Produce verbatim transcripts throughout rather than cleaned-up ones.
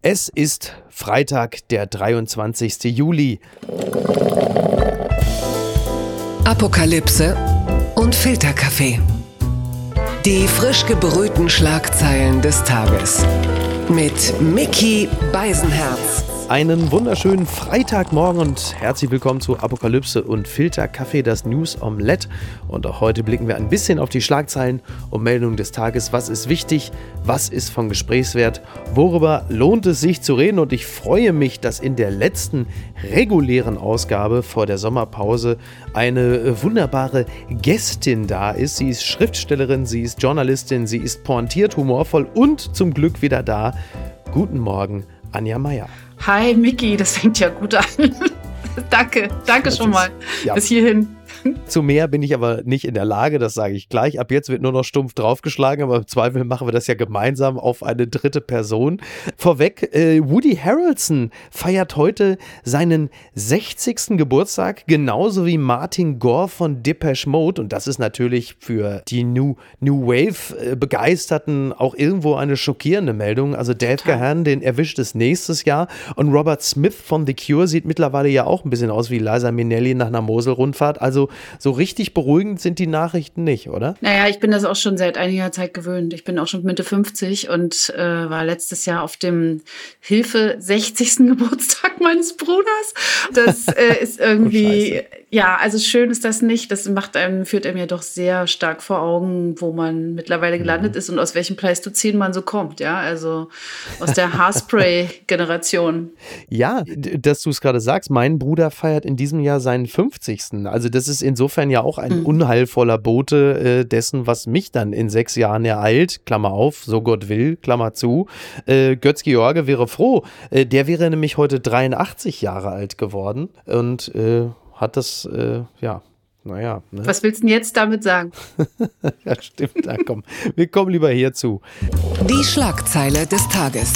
Es ist Freitag, der dreiundzwanzigsten Juli. Apokalypse und Filterkaffee. Die frisch gebrühten Schlagzeilen des Tages. Mit Micky Beisenherz. Einen wunderschönen Freitagmorgen und herzlich willkommen zu Apokalypse und Filterkaffee, das News Omelette. Und auch heute blicken wir ein bisschen auf die Schlagzeilen und Meldungen des Tages. Was ist wichtig? Was ist von Gesprächswert? Worüber lohnt es sich zu reden? Und ich freue mich, dass in der letzten regulären Ausgabe vor der Sommerpause eine wunderbare Gästin da ist. Sie ist Schriftstellerin, sie ist Journalistin, sie ist pointiert, humorvoll und zum Glück wieder da. Guten Morgen, Anja Meier. Hi Micky, das fängt ja gut an. danke, danke das schon ist, mal ja. Bis hierhin. Zu mehr bin ich aber nicht in der Lage, das sage ich gleich. Ab jetzt wird nur noch stumpf draufgeschlagen, aber im Zweifel machen wir das ja gemeinsam auf eine dritte Person. Vorweg, äh, Woody Harrelson feiert heute seinen sechzigsten Geburtstag, genauso wie Martin Gore von Depeche Mode. Und das ist natürlich für die New, New Wave-Begeisterten auch irgendwo eine schockierende Meldung. Also Dave Gahan, den erwischt es nächstes Jahr. Und Robert Smith von The Cure sieht mittlerweile ja auch ein bisschen aus wie Liza Minnelli nach einer Mosel-Rundfahrt. Also so richtig beruhigend sind die Nachrichten nicht, oder? Naja, ich bin das auch schon seit einiger Zeit gewöhnt. Ich bin auch schon Mitte fünfzig und äh, war letztes Jahr auf dem Hilfe sechzigsten Geburtstag meines Bruders. Das äh, ist irgendwie, oh, ja, also schön ist das nicht. Das macht einem, führt einem ja doch sehr stark vor Augen, wo man mittlerweile gelandet mhm. ist und aus welchem Pleistozän man so kommt, ja, also aus der Haarspray-Generation. Ja, dass du es gerade sagst, mein Bruder feiert in diesem Jahr seinen fünfzigsten Also das ist insofern ja auch ein mhm. unheilvoller Bote äh, dessen, was mich dann in sechs Jahren ereilt, Klammer auf, so Gott will, Klammer zu. Äh, Götz-George wäre froh. Äh, der wäre nämlich heute dreiundachtzig Jahre alt geworden und äh, hat das, äh, ja, naja. Ne? Was willst du denn jetzt damit sagen? Ja, stimmt, dann komm. Wir kommen lieber hierzu. Die Schlagzeile des Tages.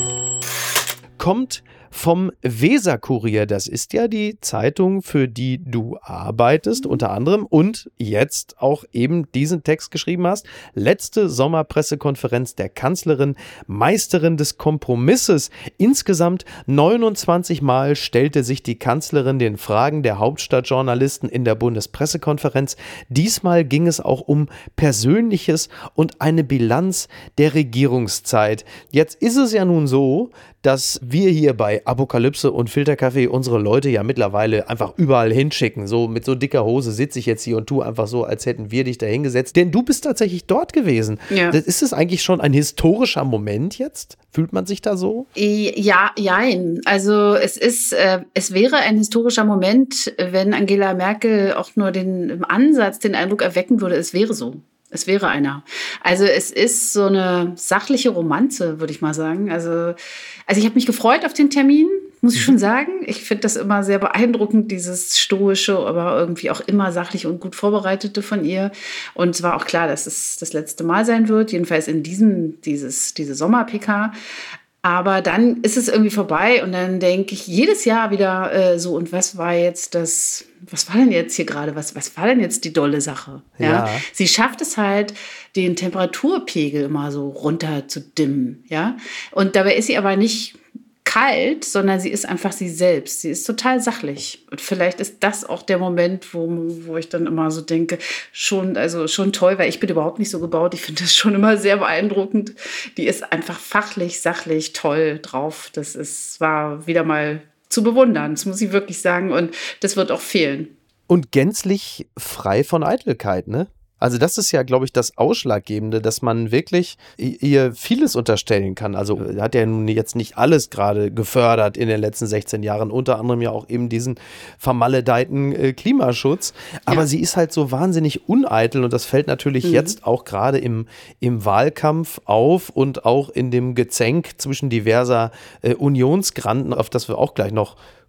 Kommt vom Weser-Kurier. Das ist ja die Zeitung, für die du arbeitest, unter anderem, und jetzt auch eben diesen Text geschrieben hast. Letzte Sommerpressekonferenz der Kanzlerin, Meisterin des Kompromisses. Insgesamt neunundzwanzig Mal stellte sich die Kanzlerin den Fragen der Hauptstadtjournalisten in der Bundespressekonferenz. Diesmal ging es auch um Persönliches und eine Bilanz der Regierungszeit. Jetzt ist es ja nun so, dass wir hier bei Apokalypse und Filterkaffee unsere Leute ja mittlerweile einfach überall hinschicken. So mit so dicker Hose sitze ich jetzt hier und tue einfach so, als hätten wir dich da hingesetzt. Denn du bist tatsächlich dort gewesen. Ja. Das, ist es eigentlich schon ein historischer Moment jetzt? Fühlt man sich da so? Ja, jein. Also es ist, äh, es wäre ein historischer Moment, wenn Angela Merkel auch nur den im Ansatz den Eindruck erwecken würde, es wäre so. Es wäre einer. Also es ist so eine sachliche Romanze, würde ich mal sagen. Also, also ich habe mich gefreut auf den Termin, muss ich schon sagen. Ich finde das immer sehr beeindruckend, dieses stoische, aber irgendwie auch immer sachlich und gut vorbereitete von ihr. Und es war auch klar, dass es das letzte Mal sein wird, jedenfalls in diesem, dieses, diese Sommer-P K. Aber dann ist es irgendwie vorbei und dann denke ich jedes Jahr wieder äh, so, und was war jetzt das, was war denn jetzt hier gerade, was, was war denn jetzt die dolle Sache? Ja? Ja. Sie schafft es halt, den Temperaturpegel immer so runter zu dimmen, ja. Und dabei ist sie aber nicht kalt, sondern sie ist einfach sie selbst. Sie ist total sachlich. Und vielleicht ist das auch der Moment, wo, wo ich dann immer so denke, schon, also schon toll, weil ich bin überhaupt nicht so gebaut. Ich finde das schon immer sehr beeindruckend. Die ist einfach fachlich, sachlich toll drauf. Das ist, war wieder mal zu bewundern. Das muss ich wirklich sagen. Und das wird auch fehlen. Und gänzlich frei von Eitelkeit, ne? Also das ist ja, glaube ich, das Ausschlaggebende, dass man wirklich ihr vieles unterstellen kann. Also hat ja nun jetzt nicht alles gerade gefördert in den letzten sechzehn Jahren, unter anderem ja auch eben diesen vermaledeiten äh, Klimaschutz. Aber ja. sie ist halt so wahnsinnig uneitel und das fällt natürlich mhm. jetzt auch gerade im, im Wahlkampf auf und auch in dem Gezänk zwischen diverser äh, Unionsgranden, auf das wir auch gleich noch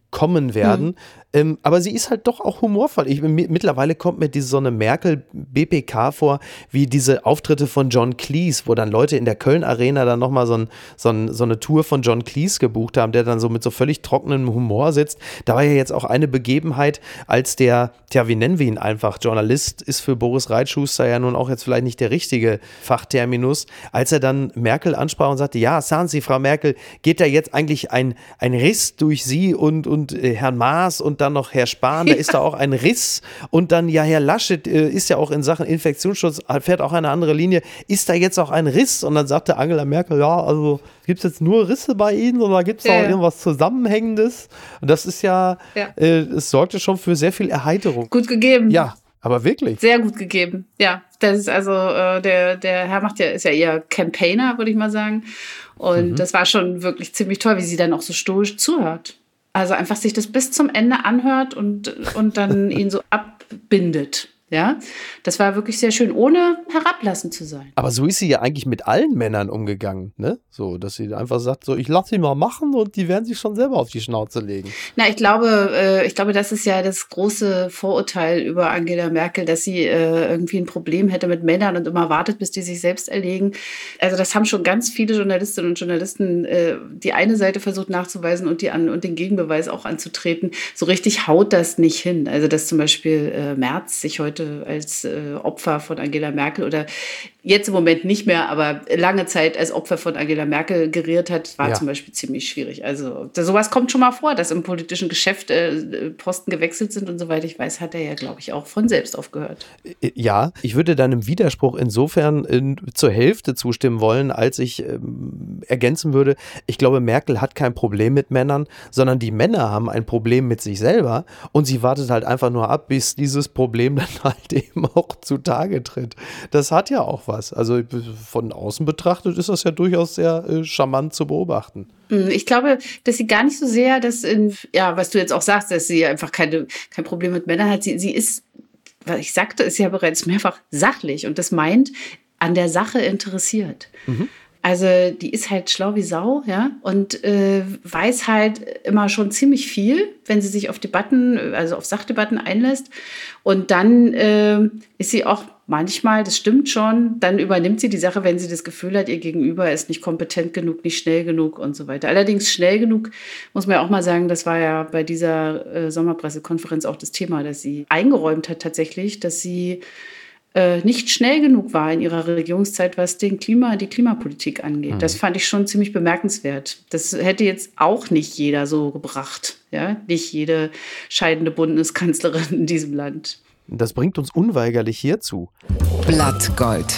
kommen werden. Mhm. Ähm, aber sie ist halt doch auch humorvoll. Ich, mittlerweile kommt mir diese so eine Merkel-B P K vor, wie diese Auftritte von John Cleese, wo dann Leute in der Köln-Arena dann nochmal so, ein, so, ein, so eine Tour von John Cleese gebucht haben, der dann so mit so völlig trockenem Humor sitzt. Da war ja jetzt auch eine Begebenheit, als der, tja, wie nennen wir ihn einfach, Journalist ist für Boris Reitschuster ja nun auch jetzt vielleicht nicht der richtige Fachterminus, als er dann Merkel ansprach und sagte, ja, sagen Sie, Frau Merkel, geht da jetzt eigentlich ein, ein Riss durch Sie und, und äh, Herrn Maas und dann noch Herr Spahn, da ist da auch ein Riss und dann, ja, Herr Laschet äh, ist ja auch in Sachen Infektionsschutz, fährt auch eine andere Linie, ist da jetzt auch ein Riss? Und dann sagte Angela Merkel, ja, also gibt es jetzt nur Risse bei Ihnen oder gibt es da ja. auch irgendwas Zusammenhängendes? Und das ist ja, ja. Äh, es sorgte schon für sehr viel Erheiterung. Gut gegeben. Ja, aber wirklich. Sehr gut gegeben, ja. Das ist also, äh, der, der Herr macht ja, ist ja eher Campaigner, würde ich mal sagen. Und mhm. das war schon wirklich ziemlich toll, wie sie dann auch so stoisch zuhört. Also einfach sich das bis zum Ende anhört und, und dann ihn so abbindet. Ja, das war wirklich sehr schön, ohne herablassend zu sein. Aber so ist sie ja eigentlich mit allen Männern umgegangen, ne? So, dass sie einfach sagt, so, ich lasse sie mal machen und die werden sich schon selber auf die Schnauze legen. Na, ich glaube, äh, ich glaube, das ist ja das große Vorurteil über Angela Merkel, dass sie äh, irgendwie ein Problem hätte mit Männern und immer wartet, bis die sich selbst erlegen. Also das haben schon ganz viele Journalistinnen und Journalisten äh, die eine Seite versucht nachzuweisen und die an und den Gegenbeweis auch anzutreten. So richtig haut das nicht hin. Also dass zum Beispiel äh, Merz sich heute als äh, Opfer von Angela Merkel oder jetzt im Moment nicht mehr, aber lange Zeit als Opfer von Angela Merkel geriert hat, war ja. zum Beispiel ziemlich schwierig. Also da, sowas kommt schon mal vor, dass im politischen Geschäft äh, Posten gewechselt sind und soweit ich weiß, hat er ja, glaube ich, auch von selbst aufgehört. Ja, ich würde deinem Widerspruch insofern in, zur Hälfte zustimmen wollen, als ich ähm, ergänzen würde, ich glaube, Merkel hat kein Problem mit Männern, sondern die Männer haben ein Problem mit sich selber und sie wartet halt einfach nur ab, bis dieses Problem dann halt eben auch zutage tritt. Das hat ja auch was. Also von außen betrachtet ist das ja durchaus sehr äh, charmant zu beobachten. Ich glaube, dass sie gar nicht so sehr, dass in, ja, was du jetzt auch sagst, dass sie einfach keine, kein Problem mit Männern hat. Sie, sie ist, was ich sagte, ist ja bereits mehrfach sachlich und das meint, an der Sache interessiert. Mhm. Also die ist halt schlau wie Sau, ja, und äh, weiß halt immer schon ziemlich viel, wenn sie sich auf Debatten, also auf Sachdebatten einlässt. Und dann äh, ist sie auch manchmal, das stimmt schon, dann übernimmt sie die Sache, wenn sie das Gefühl hat, ihr Gegenüber ist nicht kompetent genug, nicht schnell genug und so weiter. Allerdings schnell genug, muss man ja auch mal sagen, das war ja bei dieser äh, Sommerpressekonferenz auch das Thema, dass sie eingeräumt hat tatsächlich, dass sie nicht schnell genug war in ihrer Regierungszeit, was den Klima, die Klimapolitik angeht. Mhm. Das fand ich schon ziemlich bemerkenswert. Das hätte jetzt auch nicht jeder so gebracht. Ja? Nicht jede scheidende Bundeskanzlerin in diesem Land. Das bringt uns unweigerlich hierzu. Blattgold.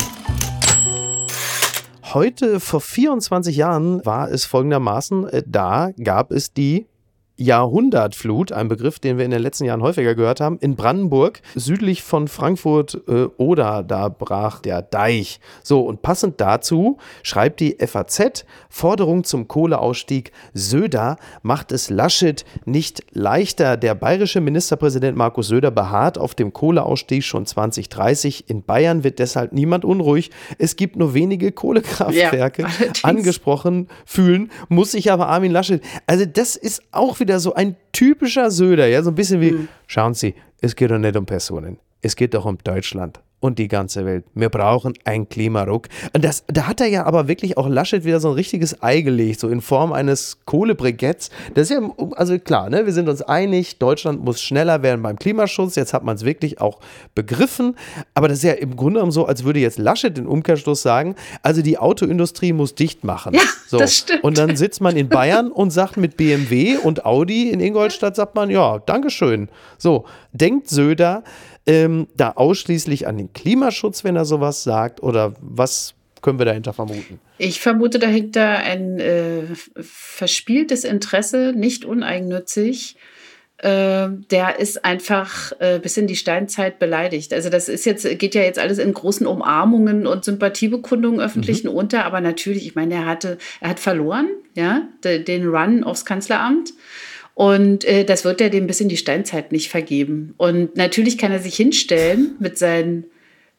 Heute vor vierundzwanzig Jahren war es folgendermaßen, da gab es die Jahrhundertflut, ein Begriff, den wir in den letzten Jahren häufiger gehört haben, in Brandenburg, südlich von Frankfurt äh, oder da brach der Deich. So, und passend dazu schreibt die F A Z, Forderung zum Kohleausstieg Söder macht es Laschet nicht leichter. Der bayerische Ministerpräsident Markus Söder beharrt auf dem Kohleausstieg schon zwanzig dreißig. In Bayern wird deshalb niemand unruhig. Es gibt nur wenige Kohlekraftwerke. Ja, angesprochen fühlen muss sich aber Armin Laschet. Also das ist auch wieder so ein typischer Söder, ja, so ein bisschen wie, mhm. schauen Sie, es geht doch nicht um Personen, es geht doch um Deutschland und die ganze Welt. Wir brauchen einen Klimaruck. Und das, da hat er ja aber wirklich auch Laschet wieder so ein richtiges Ei gelegt, so in Form eines Kohlebriketts. Das ist ja, also klar, ne, wir sind uns einig, Deutschland muss schneller werden beim Klimaschutz. Jetzt hat man es wirklich auch begriffen. Aber das ist ja im Grunde genommen so, als würde jetzt Laschet den Umkehrschluss sagen, also die Autoindustrie muss dicht machen. Ja, so. Das stimmt. Und dann sitzt man in Bayern und sagt mit B M W und Audi in Ingolstadt, sagt man, ja, Dankeschön. So, denkt Söder Ähm, da ausschließlich an den Klimaschutz, wenn er sowas sagt? Oder was können wir dahinter vermuten? Ich vermute dahinter ein äh, verspieltes Interesse, nicht uneigennützig. Äh, der ist einfach äh, bis in die Steinzeit beleidigt. Also das ist jetzt, geht ja jetzt alles in großen Umarmungen und Sympathiebekundungen öffentlichen mhm. unter. Aber natürlich, ich meine, er hatte, er hat verloren, ja, den Run aufs Kanzleramt. Und äh, das wird er dem bis in die Steinzeit nicht vergeben. Und natürlich kann er sich hinstellen mit seinen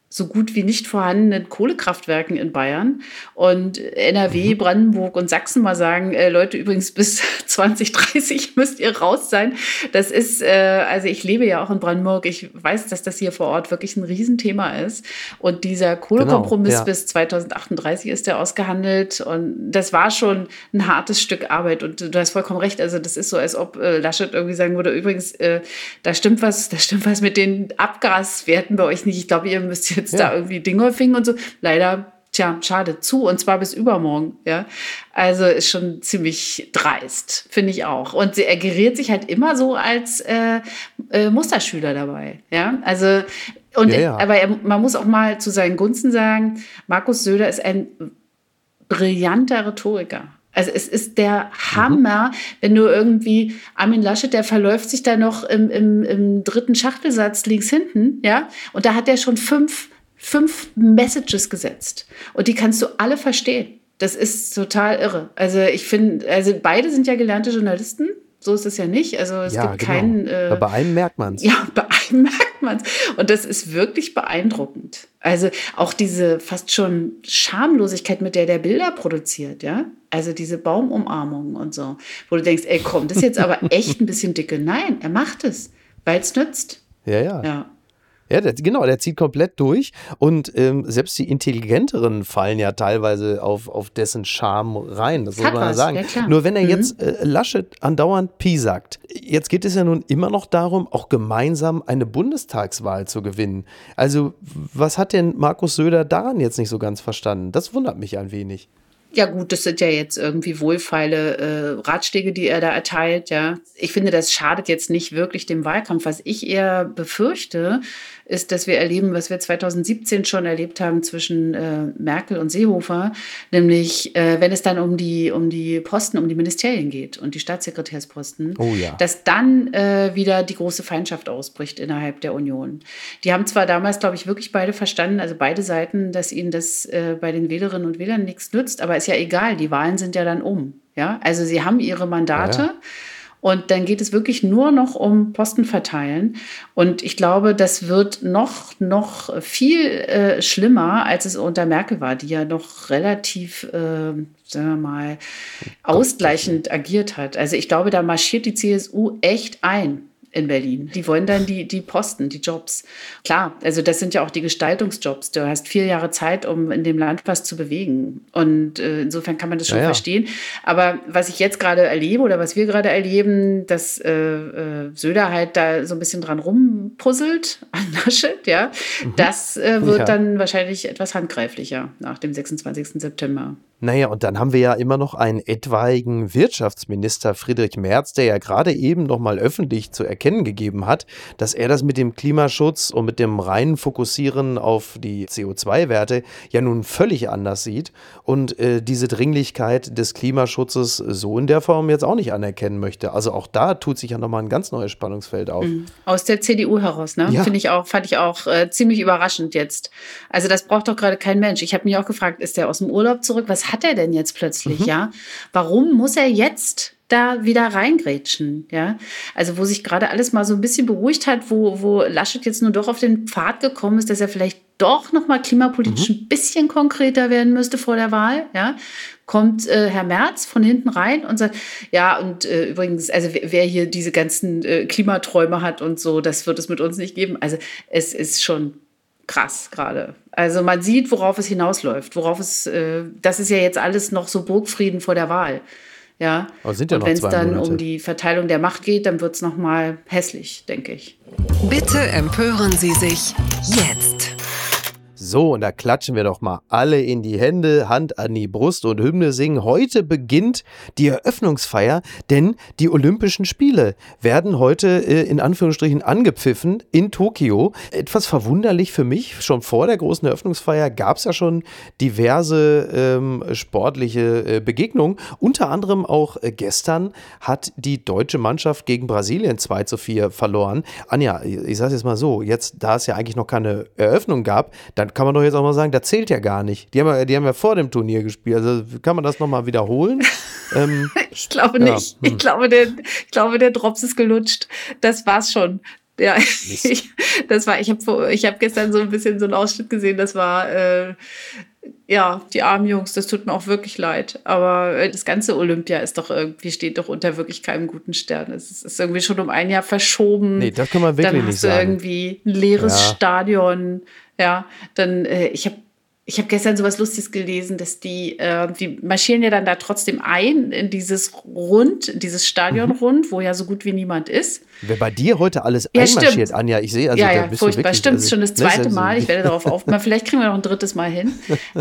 so gut wie nicht vorhandenen Kohlekraftwerken in Bayern und N R W, mhm. Brandenburg und Sachsen mal sagen, äh, Leute, übrigens bis zwanzig dreißig müsst ihr raus sein. Das ist, äh, also ich lebe ja auch in Brandenburg, ich weiß, dass das hier vor Ort wirklich ein Riesenthema ist und dieser Kohlekompromiss genau, ja. bis zwanzig achtunddreißig ist der ausgehandelt und das war schon ein hartes Stück Arbeit und du hast vollkommen recht, also das ist so, als ob äh, Laschet irgendwie sagen würde, übrigens, äh, da stimmt was, da stimmt was mit den Abgaswerten bei euch nicht, ich glaube, ihr müsst jetzt ja. da irgendwie Dingolfing und so. Leider, tja, schade, zu und zwar bis übermorgen. Ja? Also ist schon ziemlich dreist, finde ich auch. Und sie, er geriert sich halt immer so als äh, äh, Musterschüler dabei. Ja, also und ja, ja. aber er, man muss auch mal zu seinen Gunsten sagen, Markus Söder ist ein brillanter Rhetoriker. Also es ist der Hammer, mhm. wenn du irgendwie, Armin Laschet, der verläuft sich da noch im, im, im dritten Schachtelsatz links hinten, ja, und da hat er schon fünf, fünf Messages gesetzt und die kannst du alle verstehen. Das ist total irre. Also ich finde, also beide sind ja gelernte Journalisten, so ist es ja nicht. Also es ja, gibt genau. keinen. Äh, bei einem merkt man es. Ja, bei einem merkt man es. Und das ist wirklich beeindruckend. Also auch diese fast schon Schamlosigkeit, mit der der Bilder produziert, ja. Also diese Baumumarmungen und so, wo du denkst, ey, komm, das ist jetzt aber echt ein bisschen dicke. Nein, er macht es, weil es nützt. Ja, ja. Ja. Ja, der, genau, der zieht komplett durch und ähm, selbst die Intelligenteren fallen ja teilweise auf, auf dessen Charme rein, das, das muss man ja sagen. Ja, nur wenn er mhm. jetzt äh, Laschet andauernd piesackt, jetzt geht es ja nun immer noch darum, auch gemeinsam eine Bundestagswahl zu gewinnen. Also was hat denn Markus Söder daran jetzt nicht so ganz verstanden? Das wundert mich ein wenig. Ja gut, das sind ja jetzt irgendwie wohlfeile äh, Ratschläge, die er da erteilt. Ja, ich finde, das schadet jetzt nicht wirklich dem Wahlkampf. Was ich eher befürchte, ist, dass wir erleben, was wir zwanzig siebzehn schon erlebt haben zwischen äh, Merkel und Seehofer, nämlich äh, wenn es dann um die, um die Posten, um die Ministerien geht und die Staatssekretärsposten, oh ja. dass dann äh, wieder die große Feindschaft ausbricht innerhalb der Union. Die haben zwar damals, glaube ich, wirklich beide verstanden, also beide Seiten, dass ihnen das äh, bei den Wählerinnen und Wählern nichts nützt, aber ist ja egal, die Wahlen sind ja dann um. Ja? Also sie haben ihre Mandate. Ja, ja. Und dann geht es wirklich nur noch um Posten verteilen. Und ich glaube, das wird noch, noch viel äh, schlimmer, als es unter Merkel war, die ja noch relativ, äh, sagen wir mal, ausgleichend agiert hat. Also ich glaube, da marschiert die C S U echt ein in Berlin. Die wollen dann die, die Posten, die Jobs. Klar, also das sind ja auch die Gestaltungsjobs. Du hast vier Jahre Zeit, um in dem Land was zu bewegen. Und äh, insofern kann man das schon ja, ja. verstehen. Aber was ich jetzt gerade erlebe oder was wir gerade erleben, dass äh, äh, Söder halt da so ein bisschen dran rumpuzzelt an Laschet, ja, mhm. das äh, wird ja. dann wahrscheinlich etwas handgreiflicher nach dem sechsundzwanzigsten September. Naja, und dann haben wir ja immer noch einen etwaigen Wirtschaftsminister Friedrich Merz, der ja gerade eben noch mal öffentlich zu erkennen gegeben hat, dass er das mit dem Klimaschutz und mit dem reinen Fokussieren auf die C O zwei Werte ja nun völlig anders sieht und äh, diese Dringlichkeit des Klimaschutzes so in der Form jetzt auch nicht anerkennen möchte. Also auch da tut sich ja nochmal ein ganz neues Spannungsfeld auf. Mhm. Aus der C D U heraus, ne? Ja. Finde ich auch, fand ich auch äh, ziemlich überraschend jetzt. Also das braucht doch gerade kein Mensch. Ich habe mich auch gefragt, ist der aus dem Urlaub zurück? Was hat er denn jetzt plötzlich, mhm. ja? Warum muss er jetzt da wieder reingrätschen, ja? Also wo sich gerade alles mal so ein bisschen beruhigt hat, wo, wo Laschet jetzt nur doch auf den Pfad gekommen ist, dass er vielleicht doch noch mal klimapolitisch mhm. ein bisschen konkreter werden müsste vor der Wahl, ja? Kommt äh, Herr Merz von hinten rein und sagt, ja, und äh, übrigens, also wer, wer hier diese ganzen äh, Klimaträume hat und so, das wird es mit uns nicht geben. Also es ist schon krass gerade. Also man sieht, worauf es hinausläuft, worauf es, äh, das ist ja jetzt alles noch so Burgfrieden vor der Wahl. Ja, aber sind ja und wenn es dann Monate. um die Verteilung der Macht geht, dann wird es noch mal hässlich, denke ich. Bitte empören Sie sich jetzt. So, und da klatschen wir doch mal alle in die Hände, Hand an die Brust und Hymne singen. Heute beginnt die Eröffnungsfeier, denn die Olympischen Spiele werden heute äh, in Anführungsstrichen angepfiffen in Tokio. Etwas verwunderlich für mich, schon vor der großen Eröffnungsfeier gab es ja schon diverse ähm, sportliche äh, Begegnungen. Unter anderem auch äh, gestern hat die deutsche Mannschaft gegen Brasilien zwei zu vier verloren. Anja, ich sage es jetzt mal so, jetzt, da es ja eigentlich noch keine Eröffnung gab, dann kann man doch jetzt auch mal sagen, das zählt ja gar nicht. Die haben ja, die haben ja vor dem Turnier gespielt. Also kann man das nochmal wiederholen? ähm, ich glaube nicht. Ja. Hm. Ich glaube, der, ich glaube, der Drops ist gelutscht. Das war's schon. Ja, ich, das war, ich habe ich hab gestern so ein bisschen so einen Ausschnitt gesehen, das war, äh, ja, die armen Jungs, das tut mir auch wirklich leid. Aber das ganze Olympia ist doch irgendwie, steht doch unter wirklich keinem guten Stern. Es ist, ist irgendwie schon um ein Jahr verschoben. Nee, das kann man wirklich dann nicht hast du sagen. irgendwie ein leeres Ja. Stadion. Ja, dann, äh, ich habe Ich habe gestern sowas Lustiges gelesen, dass die, äh, die marschieren ja dann da trotzdem ein in dieses Rund, dieses Stadionrund, mhm. wo ja so gut wie niemand ist. Wer bei dir heute alles ja, einmarschiert, stimmt. Anja, ich sehe, also ja, da ja, bist furchtbar. du wirklich... Stimmt, also, schon das zweite ne, Mal. Ich werde darauf aufmachen. Vielleicht kriegen wir noch ein drittes Mal hin.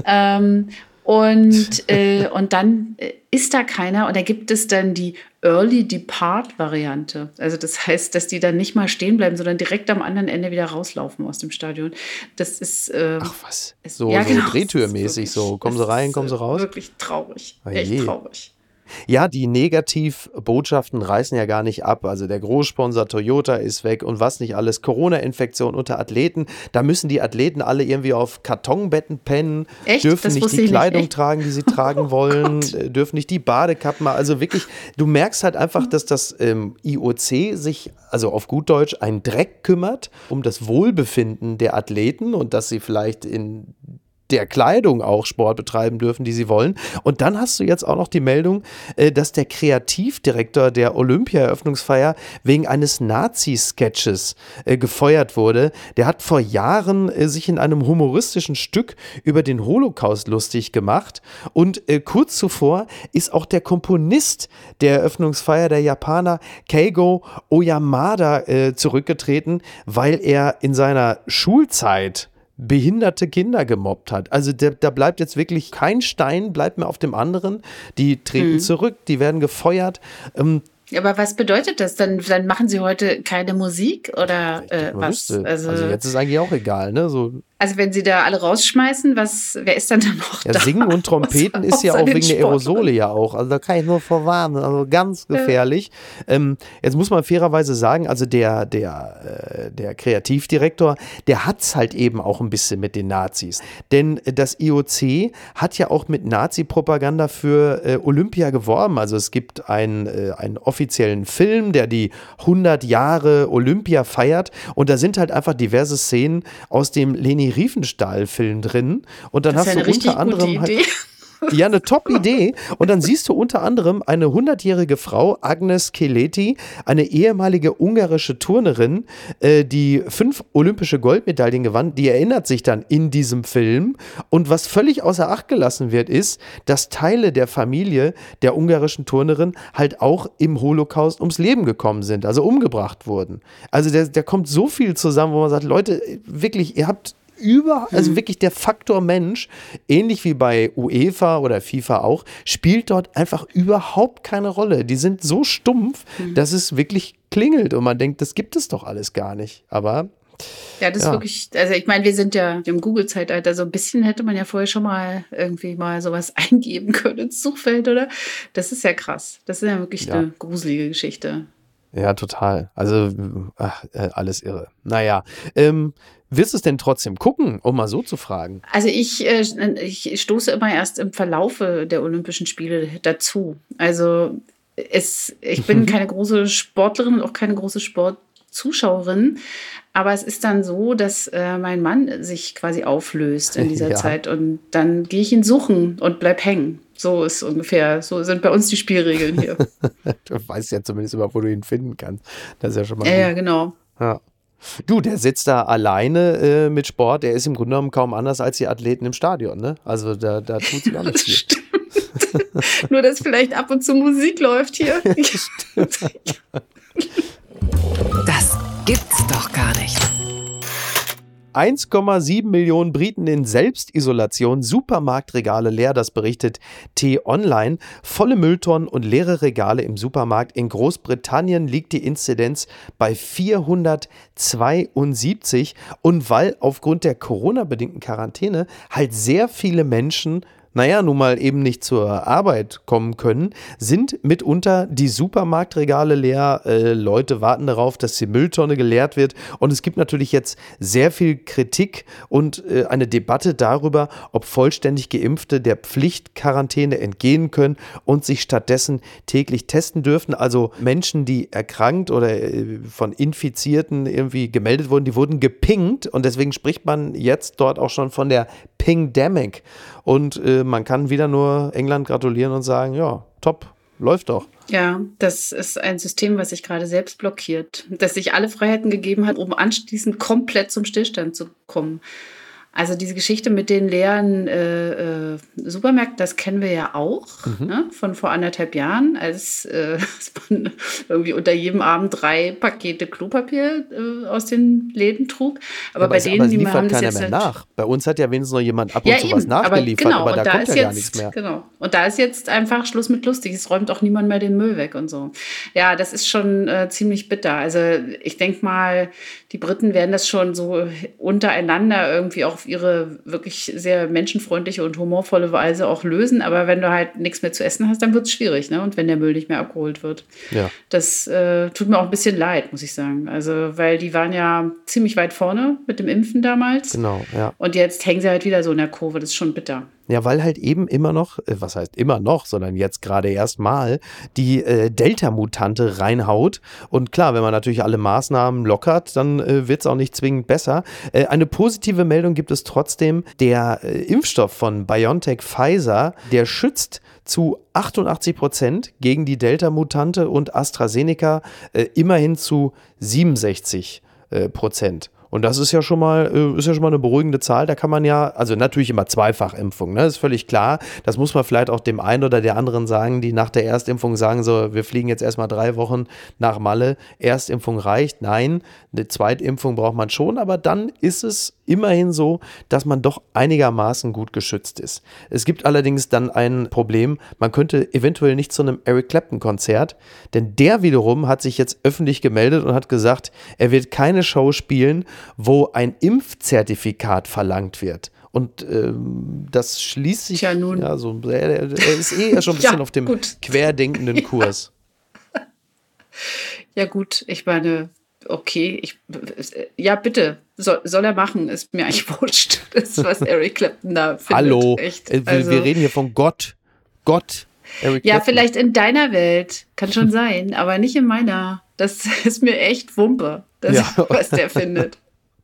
ähm, und, äh, und dann äh, ist da keiner und da gibt es dann die Early Depart-Variante. Also das heißt, dass die dann nicht mal stehen bleiben, sondern direkt am anderen Ende wieder rauslaufen aus dem Stadion. Das ist... Äh, Ach was, ist, so, ja, so genau, drehtürmäßig, so kommen sie rein, kommen sie raus. Wirklich traurig, Oh echt je. traurig. Ja, die Negativbotschaften reißen ja gar nicht ab. Also der Großsponsor Toyota ist weg und was nicht alles. Corona-Infektion unter Athleten. Da müssen die Athleten alle irgendwie auf Kartonbetten pennen, Echt? dürfen Das nicht wusste die ich nicht. Kleidung Echt? tragen, die sie tragen wollen, äh, dürfen nicht die Badekappen. Also wirklich, du merkst halt einfach, dass das ähm, I O C sich, also auf gut Deutsch, einen Dreck kümmert um das Wohlbefinden der Athleten und dass sie vielleicht in der Kleidung auch Sport betreiben dürfen, die sie wollen. Und dann hast du jetzt auch noch die Meldung, äh, dass der Kreativdirektor der Olympia-Eröffnungsfeier wegen eines Nazi-Sketches äh, gefeuert wurde. Der hat vor Jahren äh, sich in einem humoristischen Stück über den Holocaust lustig gemacht. Und äh, kurz zuvor ist auch der Komponist der Eröffnungsfeier, der Japaner Keigo Oyamada, äh, zurückgetreten, weil er in seiner Schulzeit behinderte Kinder gemobbt hat. Also da, da bleibt jetzt wirklich kein Stein, bleibt mehr auf dem anderen. Die treten Hm. zurück, die werden gefeuert. Ähm, Aber was bedeutet das? Dann, dann machen sie heute keine Musik oder äh, man was? wüsste. Also, also jetzt ist eigentlich auch egal, ne? So, also wenn sie da alle rausschmeißen, was, wer ist dann da noch ja, da? Singen und Trompeten ist ja Außer auch den wegen der Sportlern. Aerosole ja auch. Also da kann ich nur vorwarnen. Also ganz gefährlich. Ja. Ähm, jetzt muss man fairerweise sagen, also der, der, äh, der Kreativdirektor, der hat es halt eben auch ein bisschen mit den Nazis. Denn das I O C hat ja auch mit Nazi-Propaganda für äh, Olympia geworben. Also es gibt einen, äh, einen offiziellen Film, der die hundert Jahre Olympia feiert. Und da sind halt einfach diverse Szenen aus dem Leni Riefenstahl-Film drin. Und dann Das ist hast ja du eine richtig unter anderem gute halt, Idee. ja, eine Top-Idee. Und dann siehst du unter anderem eine hundertjährige Frau, Agnes Keleti, eine ehemalige ungarische Turnerin, äh, die fünf olympische Goldmedaillen gewann. Die erinnert sich dann in diesem Film. Und was völlig außer Acht gelassen wird, ist, dass Teile der Familie der ungarischen Turnerin halt auch im Holocaust ums Leben gekommen sind, also umgebracht wurden. Also da der kommt so viel zusammen, wo man sagt, Leute, wirklich, ihr habt über, also wirklich der Faktor Mensch, ähnlich wie bei UEFA oder FIFA auch, spielt dort einfach überhaupt keine Rolle. Die sind so stumpf, mhm. dass es wirklich klingelt und man denkt, das gibt es doch alles gar nicht. Aber ja, das ja. ist wirklich, also ich meine, wir sind ja im Google-Zeitalter, so ein bisschen hätte man ja vorher schon mal irgendwie mal sowas eingeben können ins Suchfeld, oder? Das ist ja krass. Das ist ja wirklich Ja. eine gruselige Geschichte. Ja, total. Also ach, äh, alles irre. Naja, ähm, wirst du es denn trotzdem gucken, um mal so zu fragen? Also ich, äh, ich stoße immer erst im Verlaufe der Olympischen Spiele dazu. Also es, ich bin keine große Sportlerin und auch keine große Sportzuschauerin. Aber es ist dann so, dass äh, mein Mann sich quasi auflöst in dieser Ja. Zeit. Und dann gehe ich ihn suchen und bleib hängen. So ist ungefähr, so sind bei uns die Spielregeln hier. Du weißt ja zumindest über, wo du ihn finden kannst. Das ist ja schon mal Ja, gut. ja, genau. Ja. Du, der sitzt da alleine äh, mit Sport. Der ist im Grunde genommen kaum anders als die Athleten im Stadion, ne? Also da, da tut sich auch nicht Das viel. stimmt. Nur, dass vielleicht ab und zu Musik läuft hier. Das gibt's doch gar nicht. eins Komma sieben Millionen Briten in Selbstisolation, Supermarktregale leer, das berichtet T-Online. Volle Mülltonnen und leere Regale im Supermarkt. In Großbritannien liegt die Inzidenz bei vierhundertzweiundsiebzig. Und weil aufgrund der Corona-bedingten Quarantäne halt sehr viele Menschen naja, nun mal eben nicht zur Arbeit kommen können, sind mitunter die Supermarktregale leer. Äh, Leute warten darauf, dass die Mülltonne geleert wird. Und es gibt natürlich jetzt sehr viel Kritik und äh, eine Debatte darüber, ob vollständig Geimpfte der Pflichtquarantäne entgehen können und sich stattdessen täglich testen dürfen. Also Menschen, die erkrankt oder äh, von Infizierten irgendwie gemeldet wurden, die wurden gepingt. Und deswegen spricht man jetzt dort auch schon von der Pingdemic. Und äh, man kann wieder nur England gratulieren und sagen, ja, top, läuft doch. Ja, das ist ein System, was sich gerade selbst blockiert, das sich alle Freiheiten gegeben hat, um anschließend komplett zum Stillstand zu kommen. Also diese Geschichte mit den leeren äh, äh, Supermärkten, das kennen wir ja auch, mhm. ne, von vor anderthalb Jahren, als, äh, als man irgendwie unter jedem Abend drei Pakete Klopapier äh, aus den Läden trug. Aber, ja, bei aber denen, aber die liefert haben das keiner jetzt mehr nach. Bei uns hat ja wenigstens noch jemand ab und ja, zu eben, was nachgeliefert, aber, genau, aber da, da kommt ja jetzt, gar nichts mehr. Genau. Und da ist jetzt einfach Schluss mit lustig. Es räumt auch niemand mehr den Müll weg und so. Ja, das ist schon äh, ziemlich bitter. Also ich denke mal, die Briten werden das schon so untereinander irgendwie auch auf ihre wirklich sehr menschenfreundliche und humorvolle Weise auch lösen. Aber wenn du halt nichts mehr zu essen hast, dann wird es schwierig, ne? Und wenn der Müll nicht mehr abgeholt wird. Ja. Das äh, tut mir auch ein bisschen leid, muss ich sagen. Also, weil die waren ja ziemlich weit vorne mit dem Impfen damals. Genau, ja. Und jetzt hängen sie halt wieder so in der Kurve. Das ist schon bitter. Ja, weil halt eben immer noch, was heißt immer noch, sondern jetzt gerade erst mal die äh, Delta-Mutante reinhaut. Und klar, wenn man natürlich alle Maßnahmen lockert, dann äh, wird es auch nicht zwingend besser. Äh, eine positive Meldung gibt es trotzdem. Der äh, Impfstoff von BioNTech Pfizer, der schützt zu achtundachtzig Prozent gegen die Delta-Mutante und AstraZeneca äh, immerhin zu siebenundsechzig Prozent. Und das ist ja schon mal, ist ja schon mal eine beruhigende Zahl. Da kann man ja, also natürlich immer Zweifachimpfung, ne? Das ist völlig klar. Das muss man vielleicht auch dem einen oder der anderen sagen, die nach der Erstimpfung sagen so, wir fliegen jetzt erstmal drei Wochen nach Malle. Erstimpfung reicht. Nein, eine Zweitimpfung braucht man schon, aber dann ist es immerhin so, dass man doch einigermaßen gut geschützt ist. Es gibt allerdings dann ein Problem. Man könnte eventuell nicht zu einem Eric Clapton-Konzert, denn der wiederum hat sich jetzt öffentlich gemeldet und hat gesagt, er wird keine Show spielen, wo ein Impfzertifikat verlangt wird. Und ähm, das schließt sich ja nun. Ja, so, er, er ist eh schon ein bisschen ja, auf dem gut. querdenkenden Kurs. Ja gut, ich meine, okay, ich, ja bitte, soll, soll er machen, ist mir eigentlich wurscht, das, was Eric Clapton da findet. Hallo, echt. Wir, also, wir reden hier von Gott, Gott, Eric ja, Clapton. vielleicht in deiner Welt, kann schon sein, aber nicht in meiner. Das ist mir echt Wumpe, das, Ja. was der findet.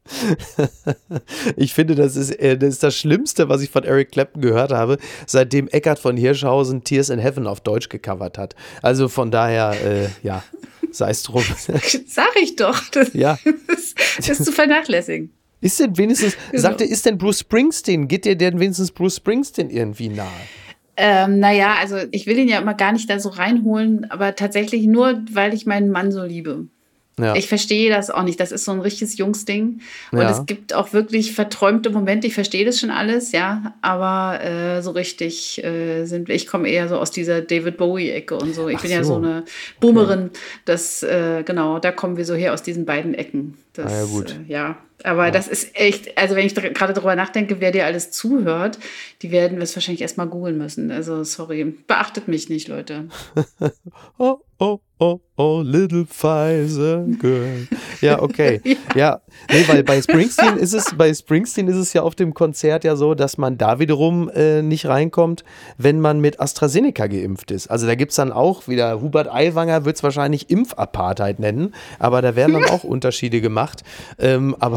Ich finde, das ist, äh, das ist das Schlimmste, was ich von Eric Clapton gehört habe, seitdem Eckhard von Hirschhausen Tears in Heaven auf Deutsch gecovert hat. Also von daher, äh, ja, sei es drum. Sag ich doch, das, Ja. ist, das ist zu vernachlässigen. Ist denn wenigstens, Genau. sagte, ist denn Bruce Springsteen, geht dir denn wenigstens Bruce Springsteen irgendwie nahe? Ähm, naja, also ich will ihn ja immer gar nicht da so reinholen, aber tatsächlich nur, weil ich meinen Mann so liebe. Ja. Ich verstehe das auch nicht. Das ist so ein richtiges Jungsding. Und Ja. es gibt auch wirklich verträumte Momente. Ich verstehe das schon alles, ja. Aber äh, so richtig äh, sind wir. Ich komme eher so aus dieser David Bowie-Ecke und so. Ich Ach bin ja so. so eine Boomerin. Das, äh, genau, da kommen wir so her aus diesen beiden Ecken. Das, Ah, ja, gut. Äh, ja. Aber ja. das ist echt, also wenn ich dr- gerade darüber nachdenke, wer dir alles zuhört, die werden wir es wahrscheinlich erstmal googeln müssen. Also sorry, beachtet mich nicht, Leute. Oh, oh, oh, oh, little Pfizer girl. Ja, okay. Ja. Ja, nee, weil bei Springsteen ist es, bei Springsteen ist es ja auf dem Konzert ja so, dass man da wiederum äh, nicht reinkommt, wenn man mit AstraZeneca geimpft ist. Also da gibt es dann auch wieder, Hubert Aiwanger wird es wahrscheinlich Impfapartheid nennen, aber da werden dann auch Unterschiede gemacht. Ähm, aber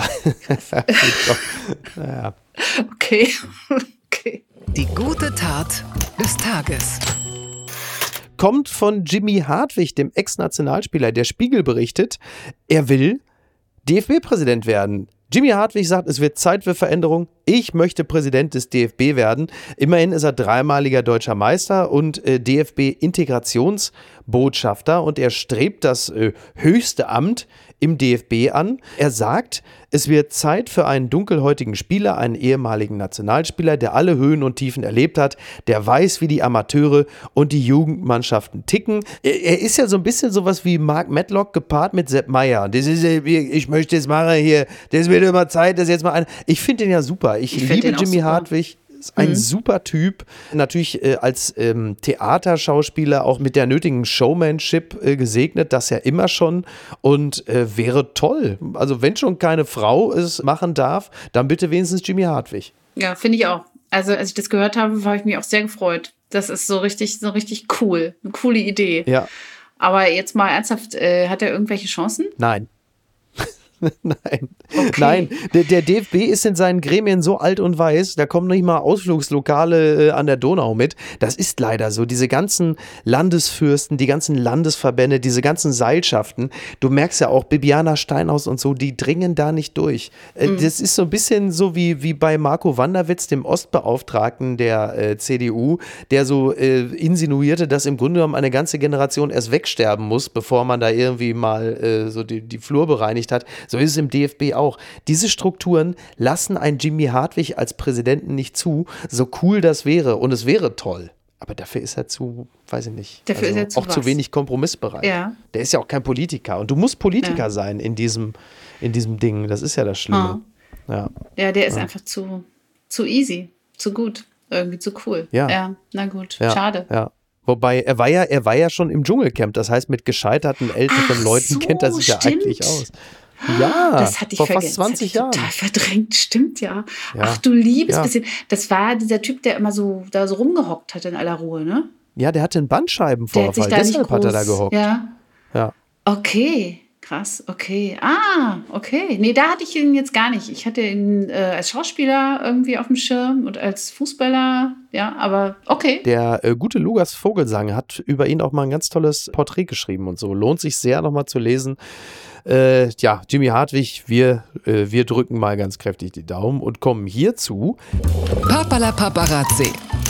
naja. Okay, okay. Die gute Tat des Tages. Kommt von Jimmy Hartwig, dem Ex-Nationalspieler. Der Spiegel berichtet, er will D F B-Präsident werden. Jimmy Hartwig sagt, es wird Zeit für Veränderung. Ich möchte Präsident des D F B werden. Immerhin ist er dreimaliger deutscher Meister und äh, D F B-Integrationsbotschafter und er strebt das äh, höchste Amt im D F B an. Er sagt, es wird Zeit für einen dunkelhäutigen Spieler, einen ehemaligen Nationalspieler, der alle Höhen und Tiefen erlebt hat, der weiß, wie die Amateure und die Jugendmannschaften ticken. Er, er ist ja so ein bisschen sowas wie Mark Medlock gepaart mit Sepp Maier. Das ist, ich möchte jetzt machen hier, das wird immer Zeit, das jetzt mal ein. Ich finde den ja super. Ich, Ich find liebe den auch Jimmy super. Hartwig ist ein Mhm. super Typ. Natürlich äh, als ähm, Theaterschauspieler auch mit der nötigen Showmanship äh, gesegnet, das ja immer schon und äh, wäre toll. Also wenn schon keine Frau es machen darf, dann bitte wenigstens Jimmy Hartwig. Ja, finde ich auch. Also als ich das gehört habe, habe ich mich auch sehr gefreut. Das ist so richtig, so richtig cool. Eine coole Idee. Ja. Aber jetzt mal ernsthaft, äh, hat er irgendwelche Chancen? Nein. Nein, Okay. nein, der, der D F B ist in seinen Gremien so alt und weiß, da kommen nicht mal Ausflugslokale äh, an der Donau mit. Das ist leider so. Diese ganzen Landesfürsten, die ganzen Landesverbände, diese ganzen Seilschaften, du merkst ja auch, Bibiana Steinhaus und so, die dringen da nicht durch. Äh, Mhm. Das ist so ein bisschen so wie, wie bei Marco Wanderwitz, dem Ostbeauftragten der äh, C D U, der so äh, insinuierte, dass im Grunde genommen eine ganze Generation erst wegsterben muss, bevor man da irgendwie mal äh, so die, die Flur bereinigt hat. So ist es im D F B auch. Diese Strukturen lassen einen Jimmy Hartwig als Präsidenten nicht zu, so cool das wäre. Und es wäre toll. Aber dafür ist er zu, weiß ich nicht, Dafür ist er zu auch zu was? wenig kompromissbereit. Ja. Der ist ja auch kein Politiker. Und du musst Politiker Ja. sein in diesem, in diesem Ding. Das ist ja das Schlimme. Ja. Ja, der ist einfach zu, zu easy, zu gut, irgendwie zu cool. Ja. Ja, na gut, Ja. schade. Ja. Wobei, er war ja, er war ja schon im Dschungelcamp. Das heißt, mit gescheiterten älteren Ach Leuten so, kennt er sich ja stimmt. eigentlich aus. Ja, Das hatte ich vor vergessen. fast zwanzig das hatte Jahren. ich total verdrängt, stimmt ja. Ja. Ach du liebes Ja. bisschen. Das war dieser Typ, der immer so da so rumgehockt hat in aller Ruhe, ne? Ja, der hatte einen Der hat sich Bandscheibenvorfall. da nicht Deshalb groß, hat er da gehockt. Ja. Ja. Okay, krass, okay. Ah, okay. Nee, da hatte ich ihn jetzt gar nicht. Ich hatte ihn äh, als Schauspieler irgendwie auf dem Schirm und als Fußballer, ja, aber okay. Der äh, gute Lukas Vogelsang hat über ihn auch mal ein ganz tolles Porträt geschrieben und so. Lohnt sich sehr, nochmal zu lesen. Äh, ja, Jimmy Hartwig, wir, äh, wir drücken mal ganz kräftig die Daumen und kommen hierzu. Papala Paparazzi.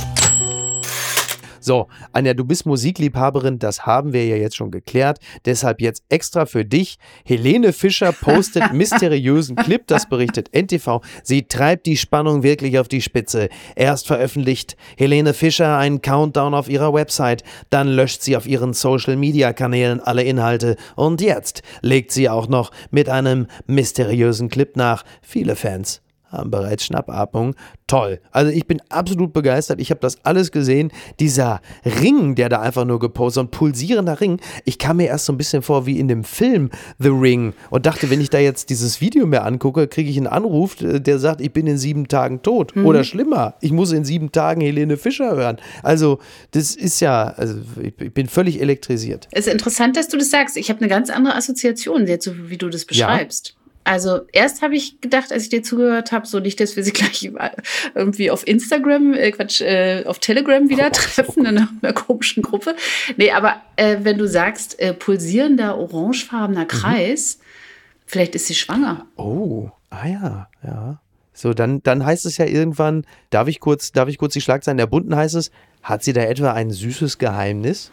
So, Anja, du bist Musikliebhaberin, das haben wir ja jetzt schon geklärt. Deshalb jetzt extra für dich. Helene Fischer postet mysteriösen Clip, das berichtet N T V. Sie treibt die Spannung wirklich auf die Spitze. Erst veröffentlicht Helene Fischer einen Countdown auf ihrer Website, dann löscht sie auf ihren Social-Media-Kanälen alle Inhalte und jetzt legt sie auch noch mit einem mysteriösen Clip nach. Viele Fans haben bereits Schnappatmung. Toll. Also ich bin absolut begeistert. Ich habe das alles gesehen. Dieser Ring, der da einfach nur gepostet, so ein pulsierender Ring. Ich kam mir erst so ein bisschen vor wie in dem Film The Ring und dachte, wenn ich da jetzt dieses Video mir angucke, kriege ich einen Anruf, der sagt, ich bin in sieben Tagen tot. Mhm. Oder schlimmer, ich muss in sieben Tagen Helene Fischer hören. Also das ist ja, also ich bin völlig elektrisiert. Es ist interessant, dass du das sagst. Ich habe eine ganz andere Assoziation, jetzt so wie du das beschreibst. Ja. Also erst habe ich gedacht, als ich dir zugehört habe, so nicht, dass wir sie gleich irgendwie auf Instagram, äh, Quatsch, äh, auf Telegram wieder oh, treffen, so in einer, einer komischen Gruppe. Nee, aber äh, wenn du sagst, äh, pulsierender, orangefarbener Kreis, mhm. vielleicht ist sie schwanger. Oh, ah ja, ja. So, dann, dann heißt es ja irgendwann, darf ich kurz, darf ich kurz die Schlagzeilen der Bunten heißt es, hat sie da etwa ein süßes Geheimnis?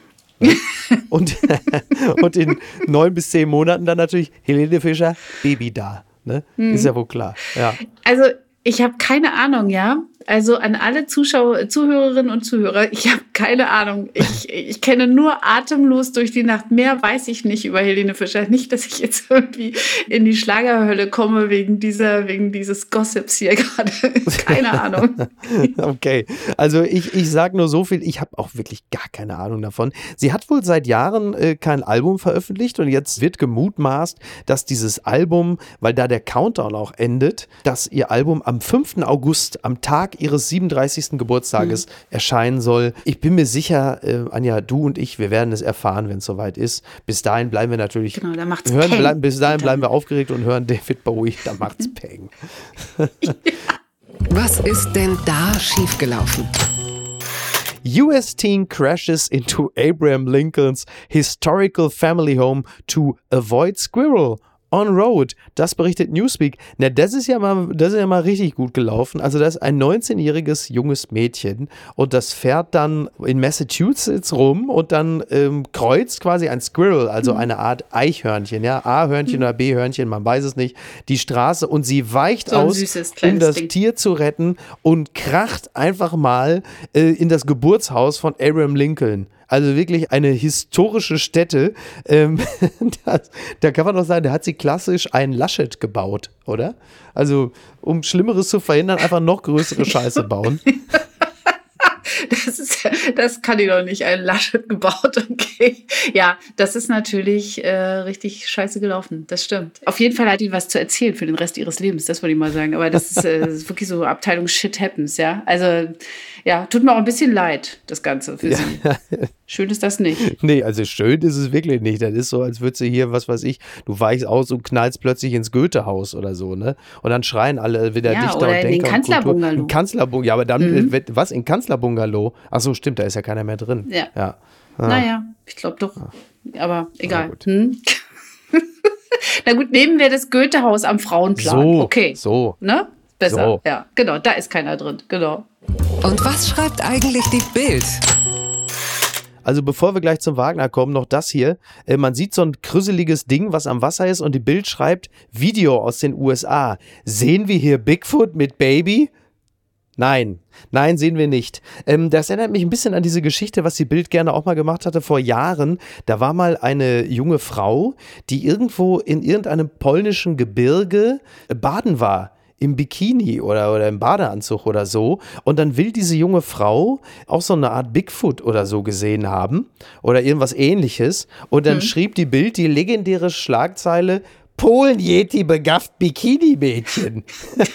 und, und in neun bis zehn Monaten dann natürlich Helene Fischer, Baby da. Ne? Mhm. Ist ja wohl klar. Ja. Also ich habe keine Ahnung, ja. Also an alle Zuschauer, Zuhörerinnen und Zuhörer, ich habe keine Ahnung. Ich, ich kenne nur Atemlos durch die Nacht. Mehr weiß ich nicht über Helene Fischer. Nicht, dass ich jetzt irgendwie in die Schlagerhölle komme wegen dieser, wegen dieses Gossips hier gerade. Keine Ahnung. Okay, also ich, ich sage nur so viel, ich habe auch wirklich gar keine Ahnung davon. Sie hat wohl seit Jahren äh, kein Album veröffentlicht und jetzt wird gemutmaßt, dass dieses Album, weil da der Countdown auch endet, dass ihr Album am fünften August, am Tag ihres siebenunddreißigsten Geburtstages mhm. erscheinen soll. Ich bin mir sicher, äh, Anja, du und ich, wir werden es erfahren, wenn es soweit ist. Bis dahin bleiben wir natürlich genau, da macht's hören, Peng. Bleib, bis dahin bleiben wir aufgeregt und hören David Bowie, da macht's Peng. Ja. Was ist denn da schiefgelaufen? U S teen crashes into Abraham Lincoln's historical family home to avoid squirrel on road. Das berichtet Newsweek. Na, das ist ja mal, das ist ja mal richtig gut gelaufen. Also das ist ein neunzehnjähriges junges Mädchen und das fährt dann in Massachusetts rum und dann ähm, kreuzt quasi ein Squirrel, also mhm. eine Art Eichhörnchen, ja, A-Hörnchen mhm. oder B-Hörnchen, man weiß es nicht, die Straße und sie weicht so aus, süßes, um das Ding. Tier zu retten und kracht einfach mal äh, in das Geburtshaus von Abraham Lincoln. Also wirklich eine historische Stätte. Ähm, das, da kann man doch sagen, da hat sie klassisch einen Laschet gebaut, oder? Also um Schlimmeres zu verhindern, einfach noch größere Scheiße bauen. Das, ist, das kann ich doch nicht, ein Laschet gebaut, okay. Ja, das ist natürlich äh, richtig scheiße gelaufen, das stimmt. Auf jeden Fall hat die was zu erzählen für den Rest ihres Lebens, das wollte ich mal sagen. Aber das ist, äh, das ist wirklich so Abteilung Shit Happens, ja. Also, ja, tut mir auch ein bisschen leid, das Ganze für sie. Ja. Schön ist das nicht. Nee, also schön ist es wirklich nicht. Das ist so, als würdest du hier, was weiß ich, du weichst aus und knallst plötzlich ins Goethehaus oder so, ne? Und dann schreien alle wieder ja, Dichter oder und in Denker. Den Kanzlerbungalow. In Kanzlerbungalow. Ja, aber dann, mhm. äh, was, in Kanzlerbungalow? Ach so, stimmt, da ist ja keiner mehr drin. Ja. ja. Ah. Naja, ich glaube doch. Aber egal. Na gut. Hm? Na gut, nehmen wir das Goethehaus am Frauenplan. So, okay. so. Ne? Besser. So. Ja, genau, da ist keiner drin. Genau. Und was schreibt eigentlich die Bild? Also bevor wir gleich zum Wagner kommen, noch das hier. Äh, man sieht so ein krüsseliges Ding, was am Wasser ist und die Bild schreibt, Video aus den U S A. Sehen wir hier Bigfoot mit Baby? Nein, nein, sehen wir nicht. Ähm, das erinnert mich ein bisschen an diese Geschichte, was die Bild gerne auch mal gemacht hatte vor Jahren. Da war mal eine junge Frau, die irgendwo in irgendeinem polnischen Gebirge baden war. Im Bikini oder, oder im Badeanzug oder so. Und dann will diese junge Frau auch so eine Art Bigfoot oder so gesehen haben. Oder irgendwas Ähnliches. Und dann hm. schrieb die Bild die legendäre Schlagzeile: Polen-Yeti begafft Bikini-Mädchen.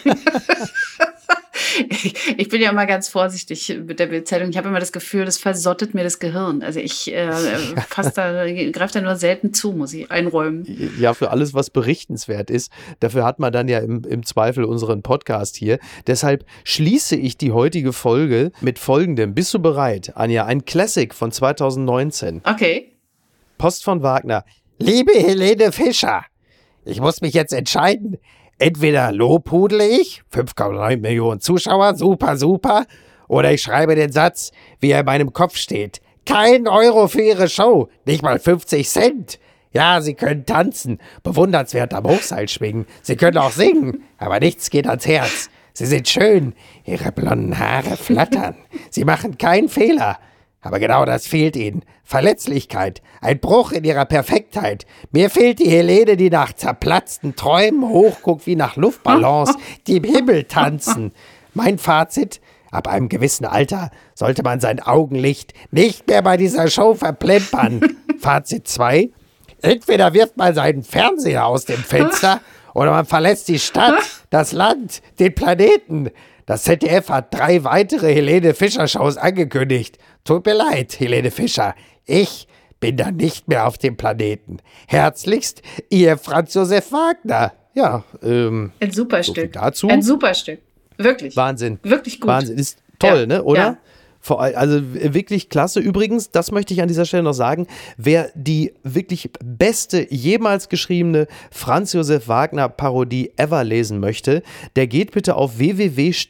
Ich bin ja immer ganz vorsichtig mit der Bildzeitung. Ich habe immer das Gefühl, das versottet mir das Gehirn. Also ich äh, fass da, greife da nur selten zu, muss ich einräumen. Ja, für alles, was berichtenswert ist. Dafür hat man dann ja im, im Zweifel unseren Podcast hier. Deshalb schließe ich die heutige Folge mit folgendem. Bist du bereit, Anja? Ein Classic von zwanzig neunzehn. Okay. Post von Wagner. Liebe Helene Fischer, ich muss mich jetzt entscheiden. Entweder lobhudle ich, fünf Komma neun Millionen Zuschauer, super, super, oder ich schreibe den Satz, wie er in meinem Kopf steht. Kein Euro für Ihre Show, nicht mal fünfzig Cent. Ja, Sie können tanzen, bewundernswert am Hochseil schwingen. Sie können auch singen, aber nichts geht ans Herz. Sie sind schön, Ihre blonden Haare flattern. Sie machen keinen Fehler. Aber genau das fehlt ihnen. Verletzlichkeit, ein Bruch in ihrer Perfektheit. Mir fehlt die Helene, die nach zerplatzten Träumen hochguckt wie nach Luftballons, die im Himmel tanzen. Mein Fazit: Ab einem gewissen Alter sollte man sein Augenlicht nicht mehr bei dieser Show verplempern. Fazit zwei: Entweder wirft man seinen Fernseher aus dem Fenster oder man verlässt die Stadt, das Land, den Planeten. Das Z D F hat drei weitere Helene-Fischer-Shows angekündigt. Tut mir leid, Helene Fischer. Ich bin dann nicht mehr auf dem Planeten. Herzlichst, Ihr Franz Josef Wagner. Ja, ähm. Ein super so Stück. Dazu. Ein super Stück. Wirklich. Wahnsinn. Wirklich gut. Wahnsinn. Ist toll, ja. ne? Oder? Ja. Vor, also wirklich klasse. Übrigens, das möchte ich an dieser Stelle noch sagen, wer die wirklich beste jemals geschriebene Franz Josef Wagner Parodie ever lesen möchte, der geht bitte auf w w w punkt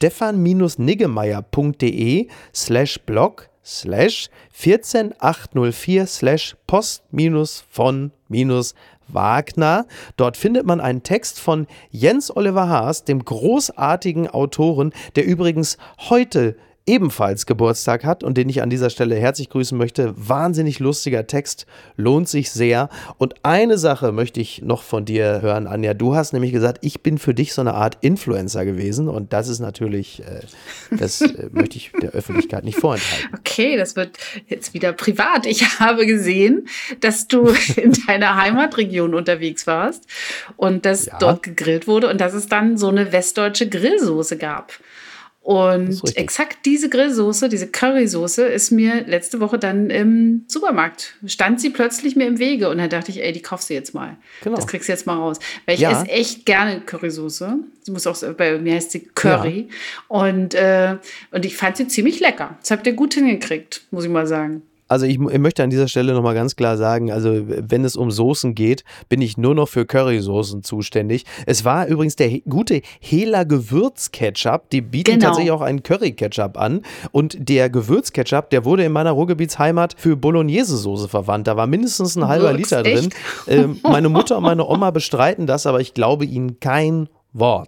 stefan-niggemeier.de slash blog slash vierzehn achthundertvier slash post minus von minus Wagner. Dort findet man einen Text von Jens Oliver Haas, dem großartigen Autoren, der übrigens heute ebenfalls Geburtstag hat und den ich an dieser Stelle herzlich grüßen möchte. Wahnsinnig lustiger Text, lohnt sich sehr. Und eine Sache möchte ich noch von dir hören, Anja. Du hast nämlich gesagt, ich bin für dich so eine Art Influencer gewesen und das ist natürlich, äh, das äh, möchte ich der Öffentlichkeit nicht vorenthalten. Okay, das wird jetzt wieder privat. Ich habe gesehen, dass du in deiner Heimatregion unterwegs warst und dass ja. dort gegrillt wurde und dass es dann so eine westdeutsche Grillsoße gab. Und exakt diese Grillsoße, diese Currysoße ist mir letzte Woche dann im Supermarkt, stand sie plötzlich mir im Wege und dann dachte ich, ey, die kaufst du jetzt mal. Genau. Das kriegst du jetzt mal raus. Weil ich ja. esse echt gerne Currysoße. Sie muss auch, bei mir heißt sie Curry. Ja. Und, äh, und ich fand sie ziemlich lecker. Das habt ihr gut hingekriegt, muss ich mal sagen. Also ich, ich möchte an dieser Stelle nochmal ganz klar sagen, also wenn es um Soßen geht, bin ich nur noch für Currysoßen zuständig. Es war übrigens der he- gute Hela Gewürzketchup, die bieten genau. tatsächlich auch einen Curry-Ketchup an und der Gewürzketchup, der wurde in meiner Ruhrgebietsheimat für Bolognese-Soße verwandt. Da war mindestens ein halber Würz, Liter drin. Ähm, meine Mutter und meine Oma bestreiten das, aber ich glaube ihnen kein Wort.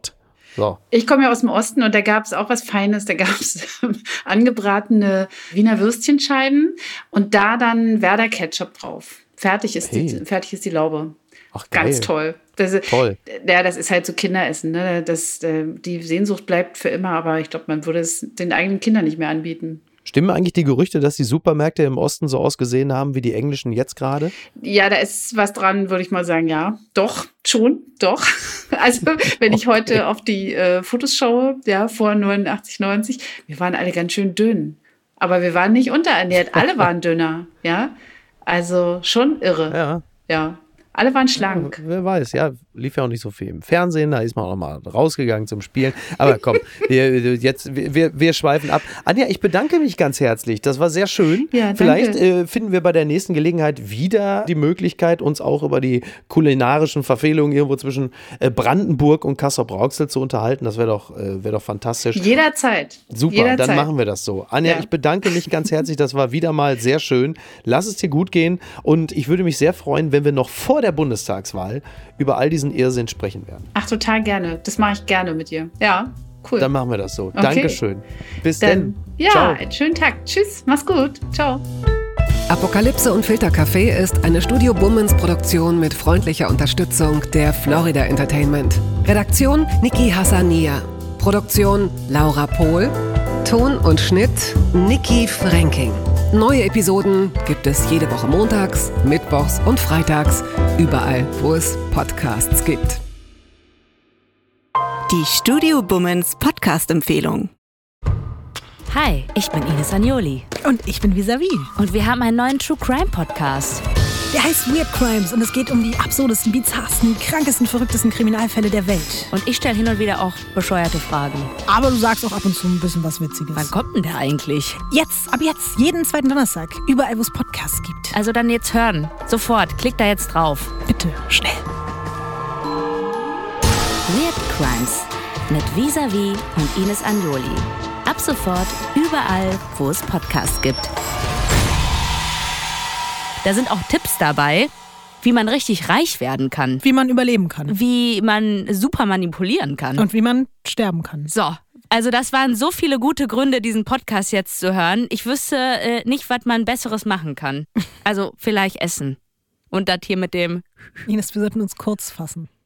So. Ich komme ja aus dem Osten und da gab es auch was Feines. Da gab es angebratene Wiener Würstchenscheiben und da dann Werder Ketchup drauf. Fertig ist, hey. die, fertig ist die Laube. Ach, geil. Ganz toll. Das, toll. Ja, das ist halt so Kinderessen. Ne? Das, die Sehnsucht bleibt für immer, aber ich glaube, man würde es den eigenen Kindern nicht mehr anbieten. Stimmen eigentlich die Gerüchte, dass die Supermärkte im Osten so ausgesehen haben wie die englischen jetzt gerade? Ja, da ist was dran, würde ich mal sagen, ja. Doch, schon, doch. Also, wenn ich heute okay. auf die äh, Fotos schaue, ja, vor neunundachtzig, neunzig, wir waren alle ganz schön dünn. Aber wir waren nicht unterernährt, alle waren dünner, ja. Also, schon irre. Ja. Ja. Alle waren schlank. Ja, wer weiß, ja, lief ja auch nicht so viel im Fernsehen, da ist man auch mal rausgegangen zum Spielen. Aber komm, wir, jetzt, wir, wir schweifen ab. Anja, ich bedanke mich ganz herzlich, das war sehr schön. Ja, danke. Vielleicht äh, finden wir bei der nächsten Gelegenheit wieder die Möglichkeit, uns auch über die kulinarischen Verfehlungen irgendwo zwischen äh, Brandenburg und Castrop-Rauxel zu unterhalten. Das wäre doch, äh, wär doch fantastisch. Jederzeit. Super, Jederzeit. Dann machen wir das so. Anja, ja. ich bedanke mich ganz herzlich, das war wieder mal sehr schön. Lass es dir gut gehen und ich würde mich sehr freuen, wenn wir noch vor der Bundestagswahl über all diesen Irrsinn sprechen werden. Ach, total gerne. Das mache ich gerne mit dir. Ja, cool. Dann machen wir das so. Okay. Dankeschön. Bis dann. denn. Ja, Ciao. Einen schönen Tag. Tschüss, mach's gut. Ciao. Apokalypse und Filtercafé ist eine Studio Bummens Produktion mit freundlicher Unterstützung der Florida Entertainment. Redaktion Niki Hassania. Produktion Laura Pohl. Ton und Schnitt Niki Fränking. Neue Episoden gibt es jede Woche montags, mittwochs und freitags, überall, wo es Podcasts gibt. Die Studio Bummens Podcast-Empfehlung. Hi, ich bin Ines Agnoli. Und ich bin Visavi. Und wir haben einen neuen True Crime Podcast. Der heißt Weird Crimes und es geht um die absurdesten, bizarrsten, krankesten, verrücktesten Kriminalfälle der Welt. Und ich stelle hin und wieder auch bescheuerte Fragen. Aber du sagst auch ab und zu ein bisschen was Witziges. Wann kommt denn der eigentlich? Jetzt, ab jetzt, jeden zweiten Donnerstag, überall, wo es Podcasts gibt. Also dann jetzt hören. Sofort, klick da jetzt drauf. Bitte, schnell. Weird Crimes mit Visavi und Ines Agnoli. Ab sofort überall, wo es Podcasts gibt. Da sind auch Tipps dabei, wie man richtig reich werden kann. Wie man überleben kann. Wie man super manipulieren kann. Und wie man sterben kann. So, also das waren so viele gute Gründe, diesen Podcast jetzt zu hören. Ich wüsste äh, nicht, was man Besseres machen kann. Also vielleicht essen. Und das hier mit dem... Ines, wir sollten uns kurz fassen.